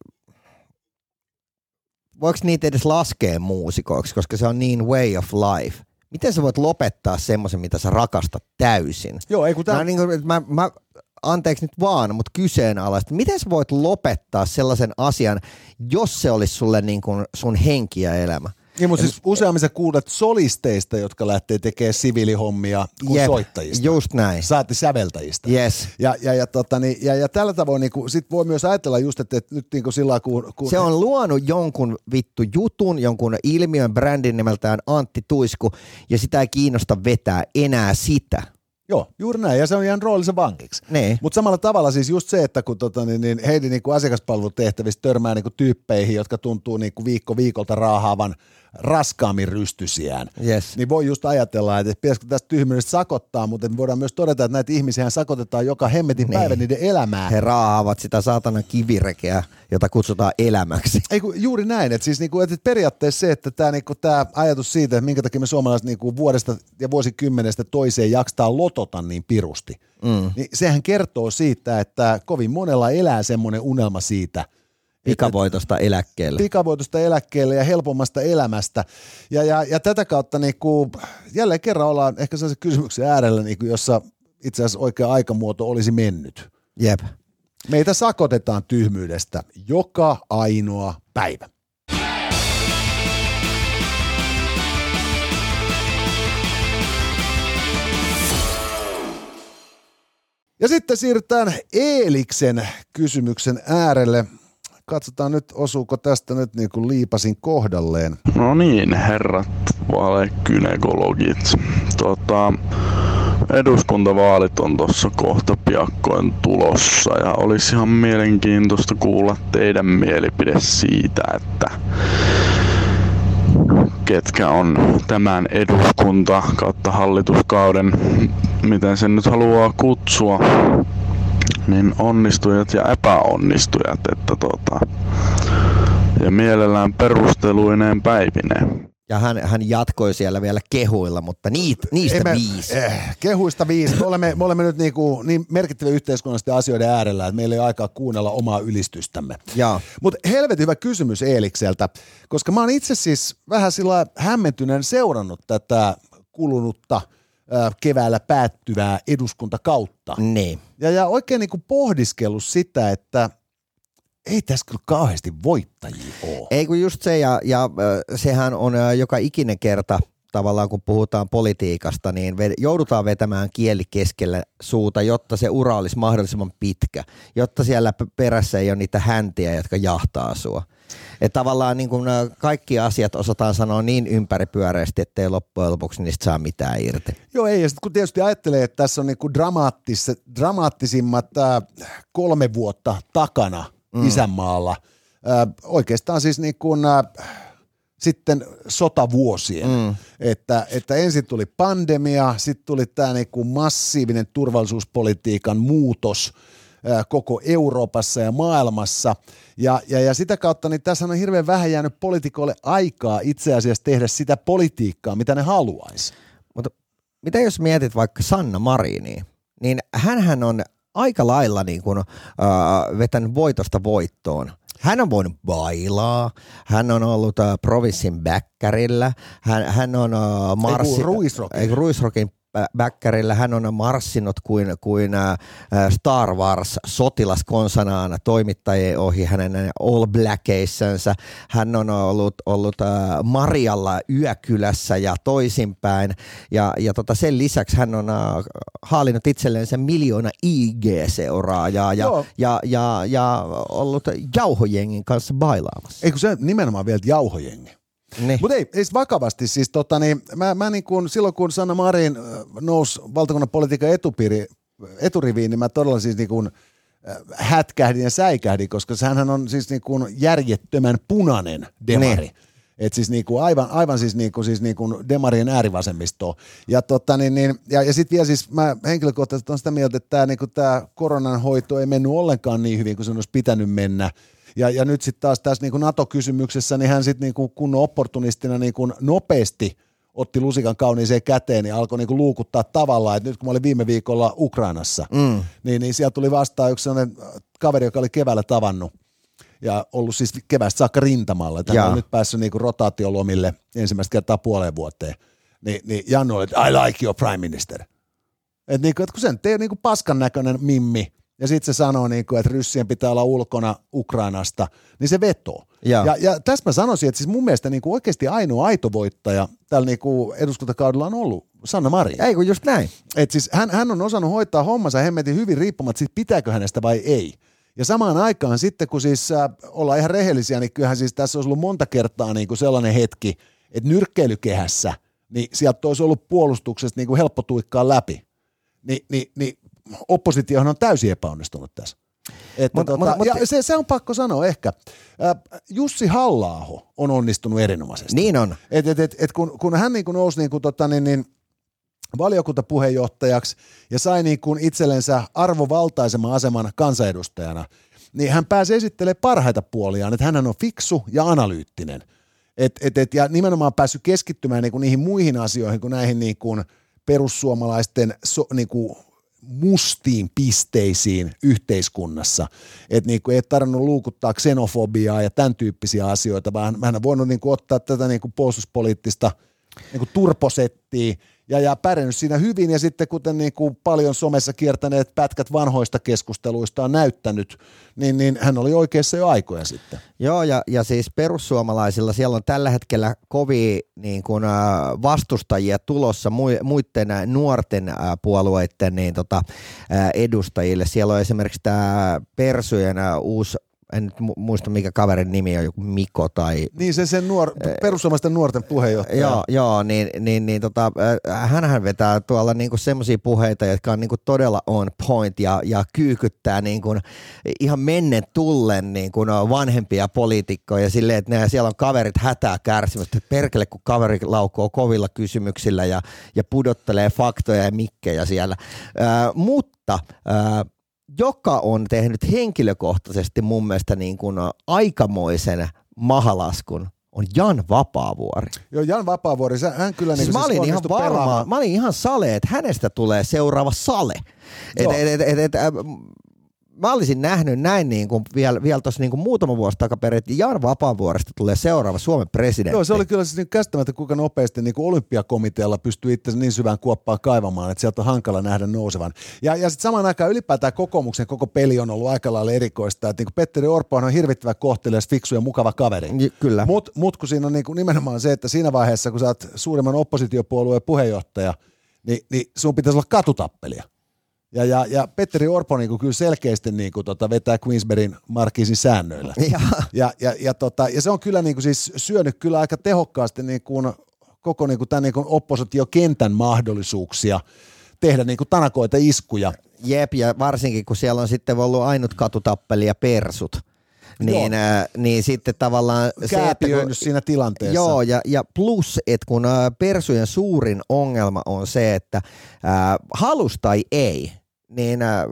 [SPEAKER 4] voiko niitä edes laskea muusikoiksi, koska se on niin way of life? Miten sä voit lopettaa semmoisen, mitä sä rakastat täysin?
[SPEAKER 2] Joo, ei kun tää...
[SPEAKER 4] mä, niin kuin, mä, mä, anteeksi nyt vaan, mutta kyseenalaista. Miten sä voit lopettaa sellaisen asian, jos se olisi sulle niin kuin sun henki ja elämä?
[SPEAKER 2] Niin, mutta siis useammin sä kuulet solisteista, jotka lähtee tekemään siviilihommia kuin Jep, soittajista.
[SPEAKER 4] Just näin.
[SPEAKER 2] Saati säveltäjistä.
[SPEAKER 4] Yes.
[SPEAKER 2] Ja, ja, ja, tota, niin, ja, ja tällä tavoin niin kuin, sit voi myös ajatella just, että, että nyt niin kuin sillä kun, kun...
[SPEAKER 4] Se on luonut jonkun vittu jutun, jonkun ilmiön brändin nimeltään Antti Tuisku, ja sitä ei kiinnosta vetää enää sitä.
[SPEAKER 2] Joo, juuri näin, ja se on ihan roolissa vankiksi.
[SPEAKER 4] Niin.
[SPEAKER 2] Mutta samalla tavalla siis just se, että kun tota, niin, niin heidän niin kuin asiakaspalvelutehtävistä törmää niin kuin tyyppeihin, jotka tuntuu niin kuin viikko viikolta raahaavan raskaammin rystysiään,
[SPEAKER 4] yes.
[SPEAKER 2] niin voi just ajatella, että pitäisikö tästä tyhmyydestä sakottaa, mutta me voidaan myös todeta, että näitä ihmisiä sakotetaan joka hemmetin niin. päivä niiden elämää.
[SPEAKER 4] He raahaavat sitä saatanan kivirekeä, jota kutsutaan elämäksi.
[SPEAKER 2] Ei, juuri näin, että siis niinku, että periaatteessa se, että tämä niinku, ajatus siitä, että minkä takia me suomalaiset niinku, vuodesta ja vuosikymmenestä toiseen jaksetaan lotota niin pirusti, mm. niin sehän kertoo siitä, että kovin monella elää semmoinen unelma siitä,
[SPEAKER 4] Pikavoitosta eläkkeelle.
[SPEAKER 2] Pikavoitosta eläkkeelle ja helpommasta elämästä. Ja, ja, ja tätä kautta niin kuin, jälleen kerran ollaan ehkä sellaisen kysymyksen äärellä, niin kuin, jossa itse asiassa oikea aikamuoto olisi mennyt.
[SPEAKER 4] Jep.
[SPEAKER 2] Meitä sakotetaan tyhmyydestä joka ainoa päivä. Ja sitten siirrytään Eeliksen kysymyksen äärelle. Katsotaan nyt, osuuko tästä nyt niin kuin liipasin kohdalleen.
[SPEAKER 7] No niin, herrat valekynekologit. Tota, eduskuntavaalit on tuossa kohta piakkoin tulossa ja olisi ihan mielenkiintoista kuulla teidän mielipide siitä, että ketkä on tämän eduskunta kautta hallituskauden, miten sen nyt haluaa kutsua, niin onnistujat ja epäonnistujat, että tota, ja mielellään perusteluineen päivineen.
[SPEAKER 4] Ja hän, hän jatkoi siellä vielä kehuilla, mutta niit, niistä
[SPEAKER 2] me,
[SPEAKER 4] viisi.
[SPEAKER 2] Eh, kehuista viisi. Me olemme, me olemme nyt niin, kuin, niin merkittävien yhteiskunnallisten asioiden äärellä, että meillä ei ole aikaa kuunnella omaa ylistystämme. Mutta helvetin hyvä kysymys Eelikseltä, koska mä oon itse siis vähän sillä hämmentyneen seurannut tätä kulunutta äh, keväällä päättyvää eduskuntakautta.
[SPEAKER 4] Niin.
[SPEAKER 2] Ja, ja oikein niin kuin pohdiskellut sitä, että ei tässä kyllä kauheasti voittajia ole.
[SPEAKER 4] Ei kun just se, ja, ja sehän on joka ikinen kerta tavallaan, kun puhutaan politiikasta, niin joudutaan vetämään kieli keskellä suuta, jotta se ura olisi mahdollisimman pitkä, jotta siellä perässä ei ole niitä häntiä, jotka jahtaa sua. Että tavallaan niin kun kaikki asiat osataan sanoa niin ympäripyöreästi, ettei loppujen lopuksi niistä saa mitään irti.
[SPEAKER 2] Joo ei, ja sitten kun tietysti ajattelee, että tässä on niin kuin dramaattis, dramaattisimmat äh, kolme vuotta takana mm. isänmaalla, äh, oikeastaan siis niin kuin äh, sitten sotavuosien, mm. että, että ensin tuli pandemia, sitten tuli tämä niin kuin massiivinen turvallisuuspolitiikan muutos äh, koko Euroopassa ja maailmassa, ja, ja, ja sitä kautta niin tässä on hirveän vähän jäänyt poliitikoille aikaa itse asiassa tehdä sitä politiikkaa, mitä ne haluaisi.
[SPEAKER 4] Mutta mitä jos mietit vaikka Sanna Marinia, niin hänhän on aika lailla niin kuin, äh, vetänyt voitosta voittoon. Hän on voinut bailaa, hän on ollut äh, provinssin bäkkärillä, hän, hän on äh, marssi...
[SPEAKER 2] Ruisrokin.
[SPEAKER 4] Ruisrokin bäkkärillä, hän on marssinut kuin, kuin äh, Star Wars sotilaskonsanaan toimittajien ohi hänen All Blackeissänsä. Hän on ollut, ollut äh, Marialla yökylässä ja toisinpäin. Ja, ja tota sen lisäksi hän on äh, haalinnut itselleen sen miljoona I G-seuraajaa ja, ja, ja, ja ollut jauhojengin kanssa bailaamassa.
[SPEAKER 2] Eikö se nimenomaan vielä jauhojengi?
[SPEAKER 4] Niin.
[SPEAKER 2] Mutta ei, ei vakavasti siis tota niin, mä, mä niin kun, silloin kun Sanna Marin nousi valtakunnan politiikan etupiiri, eturiviin, niin mä todella siis niin kun hätkähdin ja säikähdin, koska hänhän on siis niin kun järjettömän punainen demari. Niin. Et siis niinku aivan, aivan siis, niinku, siis niinku demarien äärivasemmistoa. Ja, tota, niin, niin, ja, ja sitten vielä siis mä henkilökohtaisesti on sitä mieltä, että tämä niinku, koronan hoito ei mennyt ollenkaan niin hyvin kuin se olisi pitänyt mennä. Ja, ja nyt sitten taas tässä niinku NATO-kysymyksessä, niin hän sitten niinku kunnon opportunistina niinku nopeasti otti lusikan kauniiseen käteen ja alkoi niinku luukuttaa tavallaan, että nyt kun mä olin viime viikolla Ukrainassa, mm. niin, niin sieltä tuli vastaan yksi sellainen kaveri, joka oli keväällä tavannut ja ollut siis keväästä saakka rintamalla, että hän on nyt päässyt niinku rotaatiolomille ensimmäistä kertaa puoleen vuoteen. Ni, niin Jannu oli, että I like your prime minister. Että niinku, et kun sen tee niinku paskan näköinen mimmi, ja sitten se sanoo, niinku, että ryssien pitää olla ulkona Ukrainasta, niin se vetoo. Ja, ja, ja tässä mä sanoisin, että siis mun mielestä niinku oikeasti ainoa aito voittaja tällä niinku eduskuntakaudella on ollut Sanna Marin.
[SPEAKER 4] Ei kun just näin.
[SPEAKER 2] Et siis hän, hän on osannut hoitaa hommansa hemmetin hyvin riippumatta siitä, pitääkö hänestä vai ei. Ja samaan aikaan sitten, kun siis äh, ollaan ihan rehellisiä, niin kyllähän siis tässä olisi ollut monta kertaa niinku sellainen hetki, että nyrkkeilykehässä, niin sieltä olisi ollut puolustuksesta niinku helppo tuikkaa läpi. Ni, niin, niin oppositiohan on täysin epäonnistunut tässä. Että
[SPEAKER 4] mut,
[SPEAKER 2] tota,
[SPEAKER 4] mut,
[SPEAKER 2] ja
[SPEAKER 4] mut,
[SPEAKER 2] se, se on pakko sanoa ehkä. Äh, Jussi Halla-aho on onnistunut erinomaisesti.
[SPEAKER 4] Niin on.
[SPEAKER 2] Et, et, et, et kun, kun hän niin kuin nousi niin kuin, tota, niin, niin, valiokuntapuheenjohtajaksi ja sai niin kuin itsellensä arvovaltaisemman aseman kansanedustajana, niin hän pääsi esittelemään parhaita puoliaan, että hän on fiksu ja analyyttinen. Et, et, et, ja nimenomaan päässyt keskittymään niin kuin niihin muihin asioihin kuin näihin niin kuin perussuomalaisten so, niin kuin mustiin pisteisiin yhteiskunnassa. Että niinku ei tarvinnut luukuttaa xenofobiaa ja tämän tyyppisiä asioita, vaan hän on voinut niinku ottaa tätä niinku puolustuspoliittista niinku turposettia ja, ja pärjännyt siinä hyvin, ja sitten kuten niin kuin paljon somessa kiertäneet pätkät vanhoista keskusteluista on näyttänyt, niin, niin hän oli oikeassa jo aikoja sitten.
[SPEAKER 4] Joo, ja, ja siis perussuomalaisilla siellä on tällä hetkellä kovia niin kuin, äh, vastustajia tulossa mu- muiden äh, nuorten äh, puolueiden niin, tota, äh, edustajille. Siellä on esimerkiksi tämä Persujen äh, uusi, en nyt muista mikä kaverin nimi on, joku Mikko tai...
[SPEAKER 2] Niin se sen nuor, perussuomalaisten nuorten puheenjohtaja.
[SPEAKER 4] Joo, joo niin, niin, niin tota, hänhän vetää tuolla niinku semmoisia puheita, jotka on niinku todella on point ja, ja kyykyttää niinku ihan mennen tullen niinku vanhempia poliitikkoja silleen, että ne, siellä on kaverit hätää kärsimästä, että perkele kun kaveri laukoo kovilla kysymyksillä ja, ja pudottelee faktoja ja mikkejä siellä. Äh, mutta... Äh, joka on tehnyt henkilökohtaisesti mun mielestä niin kuin aikamoisen mahalaskun, on Jan Vapaavuori.
[SPEAKER 2] Joo, Jan Vapaavuori, hän kyllä niin
[SPEAKER 4] siis mä olin ihan varma,
[SPEAKER 2] pelaamaan.
[SPEAKER 4] mä olin ihan sale, että hänestä tulee seuraava Sale. Et, et, et, et, et, mä olisin nähnyt näin niin kuin vielä, vielä tuossa niin kuin muutama vuosi takaperin, että Jan Vapaavuoresta tulee seuraava Suomen presidentti.
[SPEAKER 2] Joo, se oli kyllä siis niin käsittämättä, kuinka nopeasti niin kuin olympiakomitealla pystyy itse niin syvään kuoppaan kaivamaan, että sieltä on hankala nähdä nousevan. Ja, ja sitten samaan aikaan ylipäätään kokoomuksen koko peli on ollut aika lailla erikoista, että niin kuin Petteri Orpo on hirvittävä kohtelias, fiksu ja mukava kaveri.
[SPEAKER 4] J- kyllä.
[SPEAKER 2] Mutta mut kun siinä on niin kuin nimenomaan se, että siinä vaiheessa, kun sä oot suurimman oppositiopuolueen puheenjohtaja, niin, niin sun pitäisi olla katutappelia. Ja, ja, ja Petteri Orpo niin kuin kyllä selkeästi niin kuin, tota, vetää Queensberryn Markisin säännöillä. Ja, ja, ja, ja, tota, ja se on kyllä niin kuin, siis syönyt kyllä aika tehokkaasti niin kuin, koko niin kuin, tämän niin kuin oppositiokentän mahdollisuuksia tehdä niin kuin tanakoita iskuja.
[SPEAKER 4] Jep, ja varsinkin kun siellä on sitten ollut ainut katutappeli ja persut. Niin, äh, niin sitten tavallaan
[SPEAKER 2] kääpiöinyt siinä tilanteessa.
[SPEAKER 4] Joo, ja, ja plus, että kun äh, persujen suurin ongelma on se, että äh, halus tai ei, niin äh,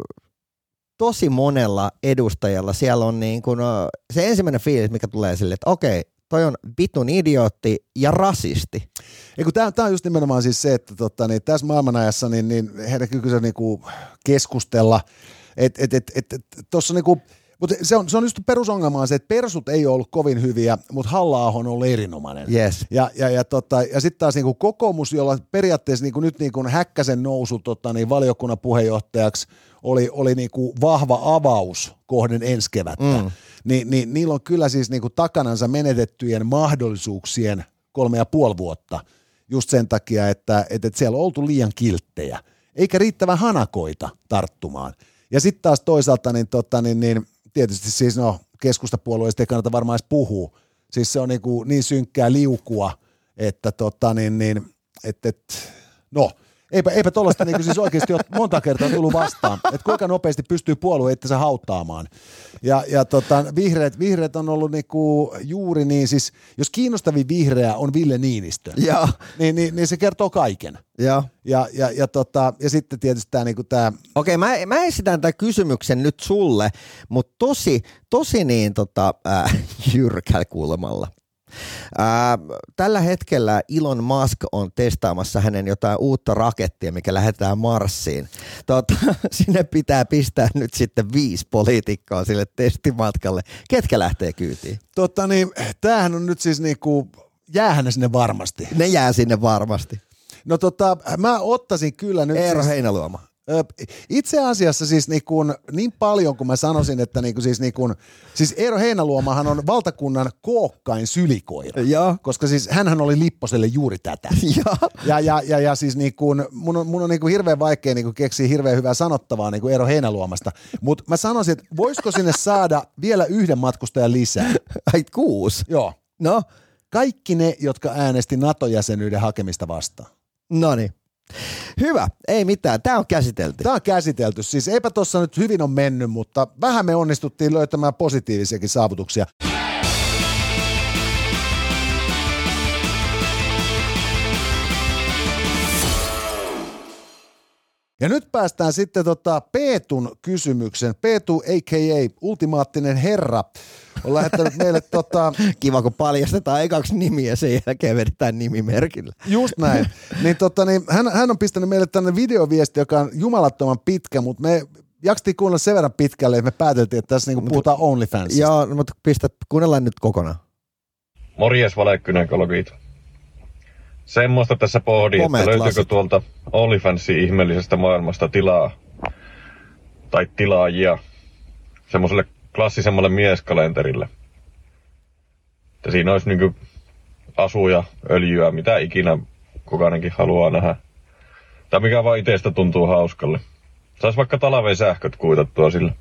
[SPEAKER 4] tosi monella edustajalla siellä on niin kun, äh, se ensimmäinen fiilis, mikä tulee sille, että okei, toi on vitun idiootti ja rasisti.
[SPEAKER 2] Tämä on just nimenomaan siis se, että tota, niin, tässä maailmanajassa niin, niin heidän kykynsä niin kuin keskustella, että et, et, et, et, tuossa niin kuin mutta se on, se on just perusongelma on se, että persut ei ole ollut kovin hyviä, mutta Halla-aho on ollut erinomainen.
[SPEAKER 4] Yes.
[SPEAKER 2] Ja, ja, ja, tota, ja sitten taas niinku kokoomus, jolla periaatteessa niinku nyt niinku Häkkäsen nousu tota, niin valiokunnan puheenjohtajaksi oli, oli niinku vahva avaus kohden ensi kevättä. Mm. Ni, niin niillä on kyllä siis niinku takanansa menetettyjen mahdollisuuksien kolme ja puoli vuotta just sen takia, että, että siellä on oltu liian kilttejä, eikä riittävän hanakoita tarttumaan. Ja sitten taas toisaalta niin, tota, niin, niin tietysti siis no keskustapuolueesta ei kannata varmaan edes puhua. Siis se on niin, kuin niin synkkää liukua, että tota niin, niin et, et, no eipä, eipä tuollaista niin siis oikeasti ole monta kertaa tullut vastaan, että kuinka nopeasti pystyy puolue itsensä hauttaamaan. Ja, ja tota, vihreät, vihreät on ollut niinku juuri niin, siis jos kiinnostavin vihreä on Ville Niinistö,
[SPEAKER 4] ja.
[SPEAKER 2] Niin, niin, niin se kertoo kaiken.
[SPEAKER 4] Ja,
[SPEAKER 2] ja, ja, ja, tota, ja sitten tietysti tämä... Niinku tää...
[SPEAKER 4] Okei, mä, mä esitän tämän kysymyksen nyt sulle, mutta tosi, tosi niin tota, äh, jyrkällä kulmalla. Ää, tällä hetkellä Elon Musk on testaamassa hänen jotain uutta rakettia, mikä lähetetään Marsiin. Tota, sinne pitää pistää nyt sitten viisi poliitikkoa sille testimatkalle. Ketkä lähtee kyytiin?
[SPEAKER 2] Totta niin, tämähän on nyt siis niinku, jäähän ne sinne varmasti.
[SPEAKER 4] Ne jää sinne varmasti.
[SPEAKER 2] No tota, mä ottaisin kyllä nyt...
[SPEAKER 4] Eero
[SPEAKER 2] siis...
[SPEAKER 4] Heinäluoma.
[SPEAKER 2] Itse asiassa siis niin, kuin, niin paljon kuin mä sanoisin, että niin kuin siis, niin kuin, siis Eero Heinäluomahan on valtakunnan kookkain sylikoira,
[SPEAKER 4] ja.
[SPEAKER 2] Koska siis hänhän oli Lipposelle juuri tätä.
[SPEAKER 4] Ja,
[SPEAKER 2] ja, ja, ja, ja siis niin kuin, mun on, mun on niin kuin hirveän vaikea niin kuin keksiä hirveän hyvää sanottavaa niin kuin Eero Heinäluomasta, mutta mä sanoisin, että voisiko sinne saada vielä yhden matkustajan lisää?
[SPEAKER 4] Ai kuusi?
[SPEAKER 2] Joo.
[SPEAKER 4] No?
[SPEAKER 2] Kaikki ne, jotka äänesti NATO-jäsenyyden hakemista vastaan.
[SPEAKER 4] Noniin. Hyvä, ei mitään. Tämä on käsitelty.
[SPEAKER 2] Tämä on käsitelty. Siis eipä tuossa nyt hyvin on mennyt, mutta vähän me onnistuttiin löytämään positiivisiakin saavutuksia. Ja nyt päästään sitten tota Peetun kysymyksen. Peetu, a k a. ultimaattinen herra, on lähettänyt meille tota...
[SPEAKER 4] Kiva, kun paljastetaan ekaksi nimiä ja sen jälkeen vedetään nimimerkillä.
[SPEAKER 2] Just näin. Niin, tota, niin, hän, hän on pistänyt meille tänne videoviesti, joka on jumalattoman pitkä, mutta me jakstiin kuunnella sen verran pitkälle, että me pääteltiin, että tässä niinku puhutaan OnlyFansista.
[SPEAKER 4] Joo, mutta pistä, kuunnellaan nyt kokonaan.
[SPEAKER 8] Morjes valekynekologit. Semmoista tässä pohdin, että löytyykö lasit. tuolta OnlyFansin ihmeellisestä maailmasta tilaa tai tilaajia semmoiselle klassisemmalle mieskalenterille. Että siinä olisi niinku asuja, öljyä, mitä ikinä kukainenkin haluaa nähdä. Tai mikä vaan itsestä tuntuu hauskalle. Saisi vaikka talven sähköt kuitattua sillä.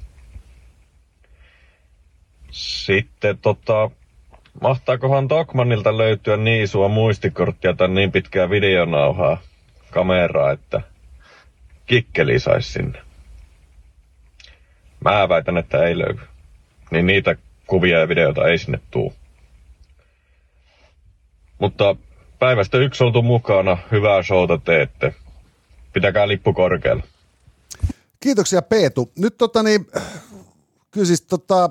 [SPEAKER 8] Sitten tota... Mahtaakohan Tokmannilta löytyä niin isoa muistikorttia tai niin pitkää videonauhaa kameraa, että kikkeli saisi sinne? Mä väitän, että ei löydy. Niin niitä kuvia ja videoita ei sinne tuu. Mutta päivästä yksi oltu mukana. Hyvää showta teette. Pitäkää lippu korkealla.
[SPEAKER 2] Kiitoksia Peetu. Nyt tota niin, kyllä siis tota...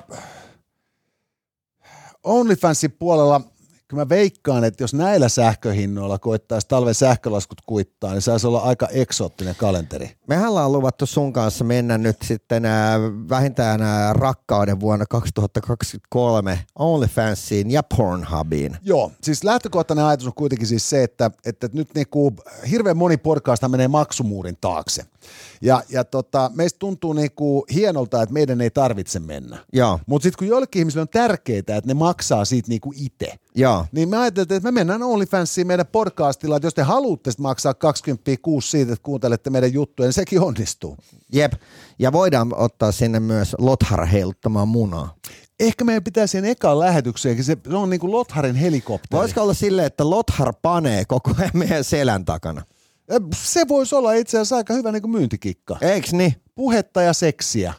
[SPEAKER 2] OnlyFansin puolella, kyllä mä veikkaan, että jos näillä sähköhinnoilla koittaisi talven sähkölaskut kuittaa, niin saisi olla aika eksoottinen kalenteri.
[SPEAKER 4] Mehän ollaan luvattu sun kanssa mennä nyt sitten äh, vähintään äh, rakkauden vuonna kaksituhattakaksikymmentäkolme OnlyFansiin ja Pornhubiin.
[SPEAKER 2] Joo, siis lähtökohtainen ajatus on kuitenkin siis se, että, että nyt niinku hirveän moni podcast menee maksumuurin taakse. Ja, ja tota, meistä tuntuu niinku hienolta, että meidän ei tarvitse mennä. Mutta sitten kun joillekin ihmisille on tärkeää, että ne maksaa siitä niinku itse, niin me ajateltiin, että me mennään OnlyFansiin meidän podcastilla, että jos te haluatte maksaa kaksikymmentä kuusi siitä, että kuuntelette meidän juttuja, niin sekin onnistuu.
[SPEAKER 4] Jep, ja voidaan ottaa sinne myös Lothar heiluttamaan munaa.
[SPEAKER 2] Ehkä meidän pitää siihen ekaan lähetykseen, se on niin kuin Lotharin helikopteri.
[SPEAKER 4] Voisiko olla silleen, että Lothar panee koko ajan meidän selän takana?
[SPEAKER 2] Se voisi olla itse asiassa aika hyvä niin kuin myyntikikka.
[SPEAKER 4] Eiks niin?
[SPEAKER 2] Puhetta ja seksiä.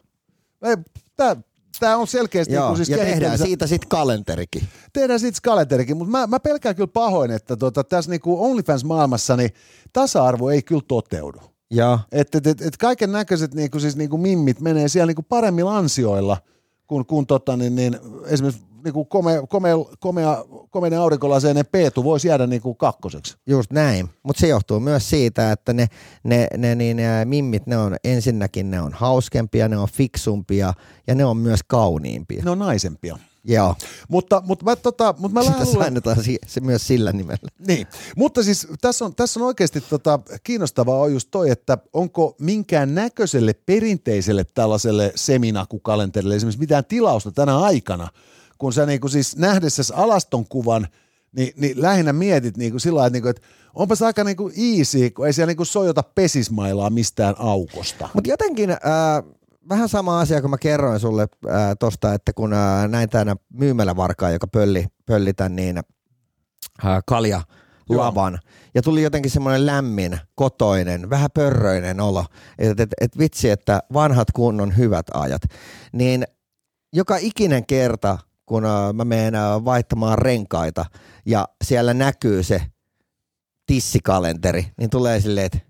[SPEAKER 2] Tää, tää on selkeästi...
[SPEAKER 4] Joo,
[SPEAKER 2] niin siis
[SPEAKER 4] ja tehdään siitä sitten kalenterikin.
[SPEAKER 2] Tehdään siitä kalenterikin, mutta mä, mä pelkään kyllä pahoin, että tota, tässä niin kuin OnlyFans-maailmassa niin tasa-arvo ei kyllä toteudu. Että et, et, et kaiken näköiset niinku, siis, niinku mimmit menee siellä niinku paremmilla ansioilla, kun, kun tota, niin, niin, esimerkiksi niinku komea, komea, komea, komeinen aurinkolaseinen Peetu voisi jäädä niinku kakkoseksi.
[SPEAKER 4] Just näin, mutta se johtuu myös siitä, että ne, ne, ne, niin, ne mimmit, ne on ensinnäkin ne on hauskempia, ne on fiksumpia ja ne on myös kauniimpia.
[SPEAKER 2] Ne on naisempia.
[SPEAKER 4] Joo.
[SPEAKER 2] Mutta, mutta mä, tota, mutta mä
[SPEAKER 4] sitä sainnetaan se myös sillä nimellä.
[SPEAKER 2] Niin, mutta siis tässä on, tässä on oikeasti tota, kiinnostavaa on just toi, että onko minkään näköiselle perinteiselle tällaiselle seminakukalenterille esimerkiksi mitään tilausta tänä aikana, kun sä niinku siis nähdessäsi alaston kuvan, niin, niin lähinnä mietit niinku sillä lailla, että, että onpas aika niinku easy, kun ei siellä niinku sojota pesismailaa mistään aukosta.
[SPEAKER 4] Mutta jotenkin... Äh... Vähän sama asia, kun mä kerroin sulle äh, tosta, että kun äh, näin tänä myymälävarkaan, joka pölli, pölli tän niin äh, kalja lavan. Ja tuli jotenkin semmoinen lämmin, kotoinen, vähän pörröinen olo. Että et, et vitsi, että vanhat kunnon hyvät ajat. Niin joka ikinen kerta, kun äh, mä menen äh, vaihtamaan renkaita ja siellä näkyy se tissikalenteri, niin tulee silleen, että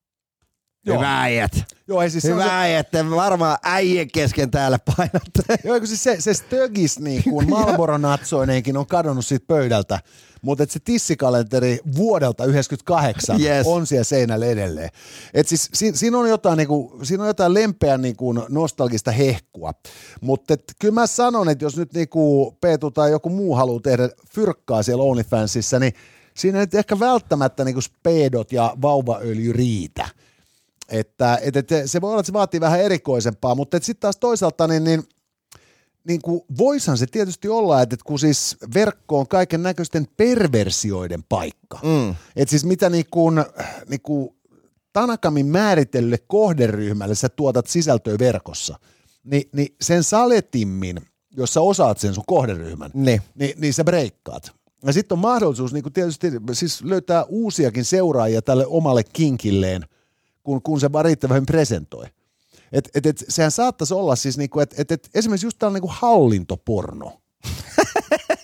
[SPEAKER 4] hyvä äijät. Joo, ei siis hyvä se... äijät, varmaan äijän kesken täällä painatte.
[SPEAKER 2] Joo, siis se, se stögis niin kuin Marlboro-natsoineenkin on kadonnut siitä pöydältä, mutta se tissikalenteri vuodelta yhdeksänkymmentäkahdeksan yes. on siellä seinällä edelleen. Et siis si, siinä, on jotain, niin kuin, siinä on jotain lempeän niin kuin nostalgista hehkua, mutta kyllä mä sanon, että jos nyt niin kuin Peetu tai joku muu haluaa tehdä fyrkkaa siellä OnlyFansissa, niin siinä ei ehkä välttämättä niin kuin speedot ja vauvaöljy riitä. Että, et, et, se voi olla, että se vaatii vähän erikoisempaa, mutta sitten taas toisaalta niin, niin, niin kuin voisihan se tietysti olla, että, että kun siis verkko on kaiken näköisten perversioiden paikka, mm. että siis mitä niin kuin, niin kuin Tanakamin määritellylle kohderyhmälle sä tuotat sisältöä verkossa, niin, niin sen saletimmin, jos sä osaat sen sun kohderyhmän,
[SPEAKER 4] ne.
[SPEAKER 2] niin, niin sä breikkaat. Ja sitten on mahdollisuus niin kuin tietysti siis löytää uusiakin seuraajia tälle omalle kinkilleen, kun, kun se vaan riittävän presentoi. Et, et, et, sehän saattaisi olla siis, niinku, että et, et esimerkiksi just tällainen niinku hallintoporno.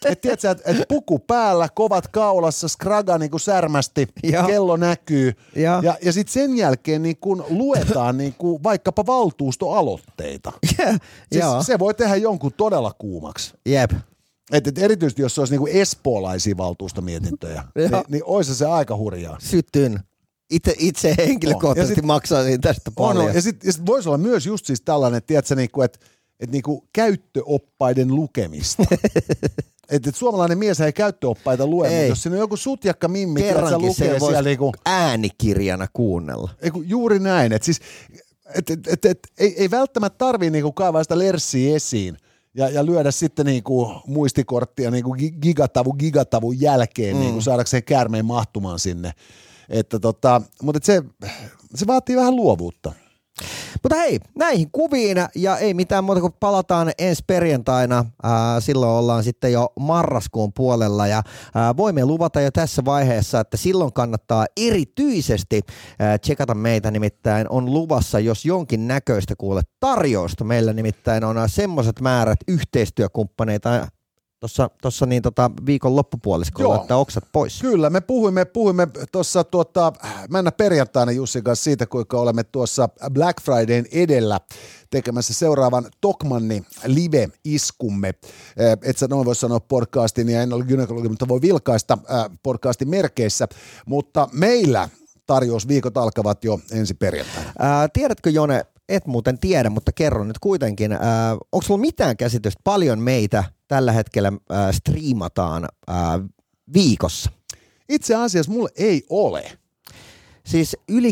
[SPEAKER 2] et tiedätkö, että et puku päällä, kovat kaulassa, skraga niin kuin särmästi, ja. kello näkyy. Ja, ja, ja sitten sen jälkeen niin kun luetaan niin kun vaikkapa valtuustoaloitteita. Yeah. Siis se voi tehdä jonkun todella kuumaksi.
[SPEAKER 4] Jep.
[SPEAKER 2] Et, et erityisesti jos se olisi niin kuin espoolaisia valtuustomietintöjä, niin, niin olisi se aika hurjaa.
[SPEAKER 4] Sytyn. Itse, itse henkilökohtaisesti sit, maksaisin tästä paljon.
[SPEAKER 2] On, ja sitten sit voisi olla myös just siis tällainen, että tiedätkö, niinku, että et niinku käyttöoppaiden lukemista. Että et suomalainen mies ei käyttöoppaita lue, mutta jos siinä on joku sutjakka mimmi, että se lukee siellä niinku
[SPEAKER 4] äänikirjana kuunnella.
[SPEAKER 2] Eiku, juuri näin. Että siis, et, et, et, et, ei, ei välttämättä tarvii niinku kaivaa sitä lerssiä esiin. Ja, ja lyödä sitten niinku muistikorttia niinku gigatavu gigatavun jälkeen mm. niinku saadakseen käärmeen mahtumaan sinne. Että tota, mutta et se, se vaatii vähän luovuutta.
[SPEAKER 4] Mutta hei, näihin kuviin ja ei mitään muuta kuin palataan ensi perjantaina. Ää, silloin ollaan sitten jo marraskuun puolella ja ää, voimme luvata jo tässä vaiheessa, että silloin kannattaa erityisesti ää, tsekata meitä. Nimittäin on luvassa, jos jonkin näköistä kuule tarjousta. Meillä nimittäin on semmoiset määrät yhteistyökumppaneita Tuossa, tossa niin tota viikon loppupuoliskolla, että oksat pois.
[SPEAKER 2] Kyllä, me puhuimme, puhuimme tuossa tuota, mennä perjantaina Jussin kanssa siitä, kuinka olemme tuossa Black Fridayn edellä tekemässä seuraavan Tokmanni live-iskumme. Et sä noin voi sanoa podcastin, ja en ole gynekologi, mutta voi vilkaista podcastin merkeissä, mutta meillä tarjousviikot alkavat jo ensi perjantaina.
[SPEAKER 4] Ää, tiedätkö Jone, et muuten tiedä, mutta kerron nyt kuitenkin, ää, onko sulla mitään käsitystä, paljon meitä tällä hetkellä ää, striimataan ää, viikossa?
[SPEAKER 2] Itse asiassa mulla ei ole.
[SPEAKER 4] Siis yli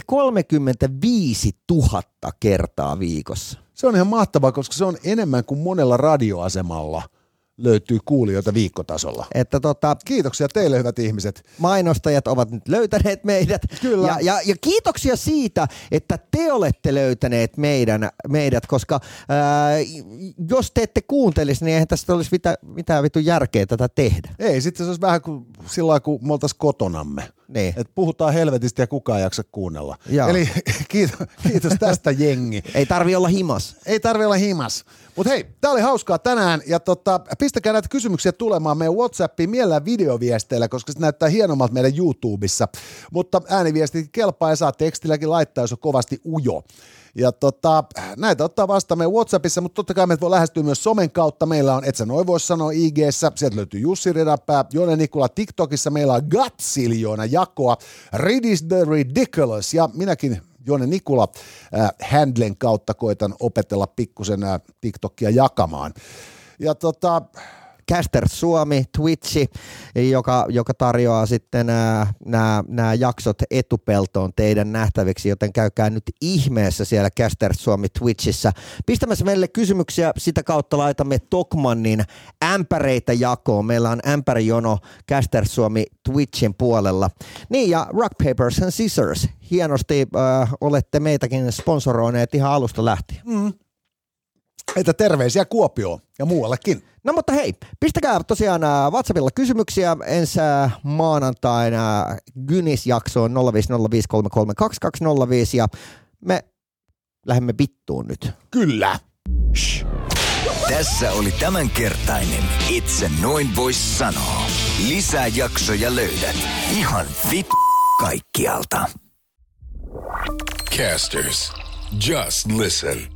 [SPEAKER 4] kolmekymmentäviisituhatta kertaa viikossa.
[SPEAKER 2] Se on ihan mahtavaa, koska se on enemmän kuin monella radioasemalla löytyy kuulijoita viikkotasolla.
[SPEAKER 4] Että tota,
[SPEAKER 2] kiitoksia teille, hyvät ihmiset.
[SPEAKER 4] Mainostajat ovat nyt löytäneet meidät.
[SPEAKER 2] Kyllä.
[SPEAKER 4] Ja, ja, ja kiitoksia siitä, että te olette löytäneet meidän, meidät, koska ää, jos te ette kuuntelisi, niin eihän tästä olisi mitään, mitään vitun järkeä tätä tehdä.
[SPEAKER 2] Ei, sitten se olisi vähän kuin sillä lailla, kun me oltaisiin kotonamme.
[SPEAKER 4] Niin.
[SPEAKER 2] Että puhutaan helvetistä ja kukaan ei jaksa kuunnella. Joo. Eli kiitos, kiitos tästä jengi.
[SPEAKER 4] Ei tarvi olla himas.
[SPEAKER 2] Ei tarvi olla himas. Mutta hei, tää oli hauskaa tänään ja tota, pistäkää näitä kysymyksiä tulemaan meidän WhatsAppiin mielellään videoviesteillä, koska se näyttää hienommalta meidän YouTubessa. Mutta ääniviestit kelpaa ja saa tekstilläkin laittaa, jos on kovasti ujo. Ja tota, näitä ottaa vastaan meidän WhatsAppissa, mutta totta kai meitä voi lähestyä myös somen kautta. Meillä on, et sä noin voi sanoa I G:ssä, sieltä löytyy Jussi Ridanpää, Jone Nikula TikTokissa, meillä on gatsiljoona jakoa, Read is the Ridiculous ja minäkin Jone Nikula äh, handlen kautta koitan opetella pikkusen äh, TikTokia jakamaan. Ja tota...
[SPEAKER 4] Casters Suomi, Twitchi, joka, joka tarjoaa sitten nämä jaksot etupeltoon teidän nähtäviksi, joten käykää nyt ihmeessä siellä Casters Suomi Twitchissä. Pistämässä meille kysymyksiä, sitä kautta laitamme Tokmannin ämpäreitä jakoon. Meillä on ämpärijono Casters Suomi Twitchin puolella. Niin ja Rock, Papers and Scissors, hienosti äh, olette meitäkin sponsoroineet ihan alusta lähtien.
[SPEAKER 2] Mm. Että terveisiä Kuopioon ja muuallekin.
[SPEAKER 4] No mutta hei, pistäkää tosiaan WhatsAppilla kysymyksiä ensi maanantaina Gynis-jaksoon nolla viisi nolla viisi kolme kolme kaksi kaksi nolla viisi ja me lähdemme vittuun nyt.
[SPEAKER 2] Kyllä.
[SPEAKER 3] Shh. Tässä oli tämänkertainen Itse noin vois sanoa. Lisää jaksoja löydät ihan vittu kaikkialta.
[SPEAKER 1] Casters, just listen.